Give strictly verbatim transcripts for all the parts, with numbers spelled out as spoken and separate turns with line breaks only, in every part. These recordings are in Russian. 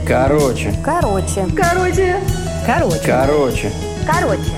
Короче.
Короче.
Короче.
Короче.
Короче.
Короче.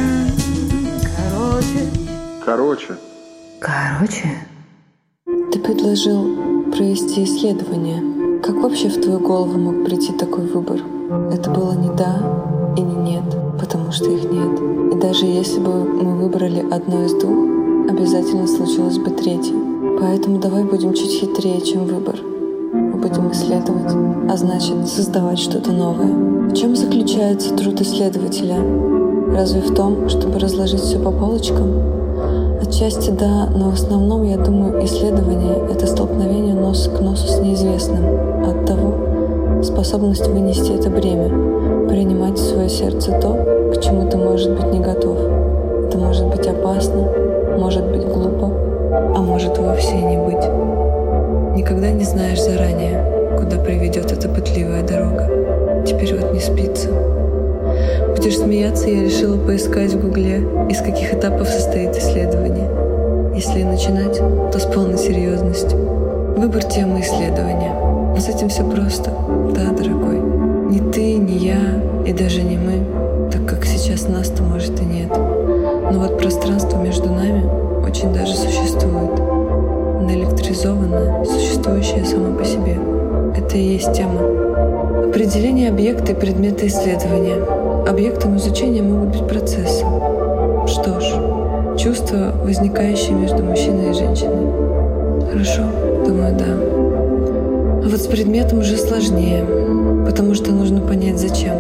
Короче.
Короче.
Короче.
Ты предложил провести исследование. Как вообще в твою голову мог прийти такой выбор? Это было не «да» и не «нет», потому что их нет. И даже если бы мы выбрали одно из двух, обязательно случилось бы третье. Поэтому давай будем чуть хитрее, чем выбор. Мы будем исследовать, а значит, создавать что-то новое. В чем заключается труд исследователя? Разве в том, чтобы разложить все по полочкам? Отчасти да, но в основном, я думаю, исследование — это столкновение нос к носу с неизвестным. От того способность вынести это бремя, принимать в свое сердце то, к чему ты, может быть, не готов. Это может быть опасно, может быть глупо, а может вовсе и не быть. Никогда не знаешь заранее, куда приведет эта пытливая дорога. Теперь вот не спится. Будешь смеяться, я решила поискать в Гугле, из каких этапов состоит исследование. Если и начинать, то с полной серьезностью. Выбор темы исследования. Но с этим все просто. Да, дорогой. Ни ты, ни я, и даже не мы, так как сейчас нас-то, может, и нет. Но вот пространство между нами очень даже существует. Наэлектризованное, существующее само по себе. Это и есть тема. Определение объекта и предмета исследования. Объектом изучения могут быть процессы. Что ж, чувства, возникающие между мужчиной и женщиной. Хорошо? Думаю, да. А вот с предметом уже сложнее, потому что нужно понять, зачем.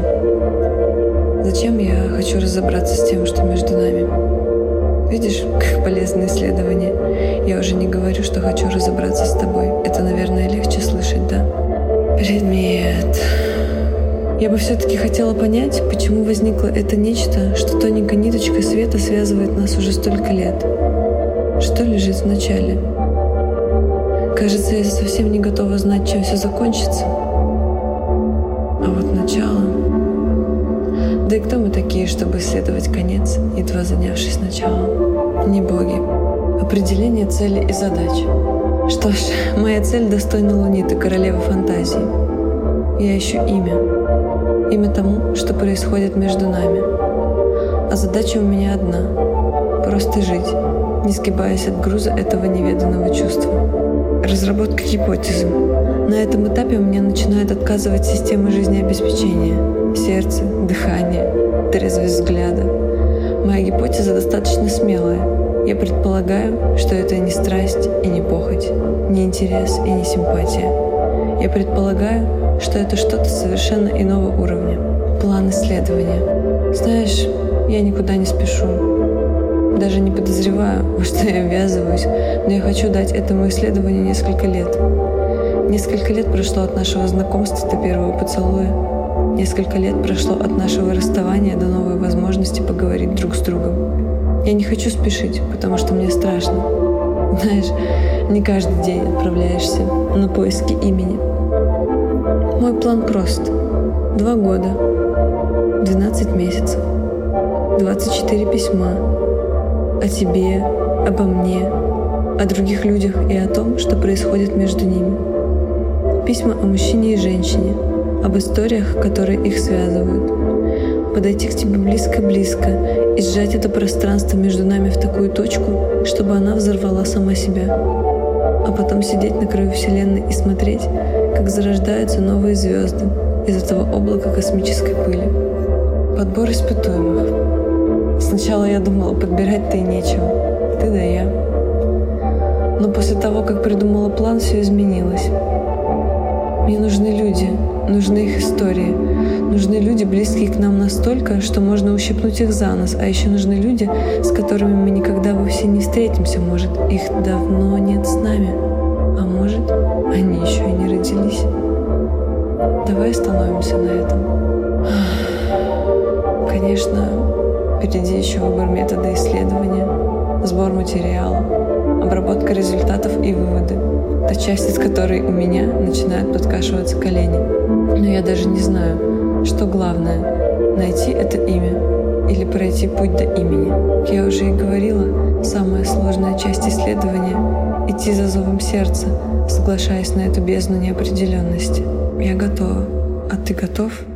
Зачем я хочу разобраться с тем, что между нами. Видишь, как полезно исследование. Я уже не говорю, что хочу разобраться с тобой. Это, наверное, легче слышать, да? Предмет. Я бы все-таки хотела понять, почему возникло это нечто, что тоненькой ниточкой света связывает нас уже столько лет. Что лежит в начале? Кажется, я совсем не готова знать, чем все закончится. А вот начало... Да и кто мы такие, чтобы исследовать конец, едва занявшись началом? Не боги. Определение цели и задач. Что ж, моя цель достойна Луниты, королевы фантазии. Я ищу имя. Имя тому, что происходит между нами. А задача у меня одна — просто жить, не сгибаясь от груза этого неведанного чувства. Разработка гипотезы. На этом этапе у меня начинает отказывать система жизнеобеспечения. Сердце, дыхание, трезвость взгляда. Моя гипотеза достаточно смелая. Я предполагаю, что это не страсть и не похоть, не интерес и не симпатия. Я предполагаю, что это что-то совершенно иного уровня. План исследования. Знаешь, я никуда не спешу. Даже не подозреваю, во что я ввязываюсь, но я хочу дать этому исследованию несколько лет. Несколько лет прошло от нашего знакомства до первого поцелуя. Несколько лет прошло от нашего расставания до новой возможности поговорить друг с другом. Я не хочу спешить, потому что мне страшно. Знаешь, не каждый день отправляешься на поиски имени. Мой план прост. Два года, двенадцать месяцев, двадцать четыре письма о тебе, обо мне, о других людях и о том, что происходит между ними. Письма о мужчине и женщине, об историях, которые их связывают. Подойти к тебе близко-близко и сжать это пространство между нами в такую точку, чтобы она взорвала сама себя. А потом сидеть на краю Вселенной и смотреть, как зарождаются новые звезды из этого облака космической пыли. Подбор испытуемых. Сначала я думала, подбирать-то и нечего. Ты да я. Но после того, как придумала план, все изменилось. Мне нужны люди, нужны их истории. Нужны люди, близкие к нам настолько, что можно ущипнуть их за нос. А еще нужны люди, с которыми мы никогда вовсе не встретимся. Может, их давно нет с нами. А может, они еще и не родились. Давай остановимся на этом. Конечно, впереди еще выбор метода исследования, сбор материала, обработка результатов и выводы. Та часть, из которой у меня начинают подкашиваться колени. Но я даже не знаю, что главное — найти это имя или пройти путь до имени. Как я уже и говорила, самая сложная часть исследования — идти за зовом сердца, соглашаясь на эту бездну неопределенности. Я готова. А ты готов?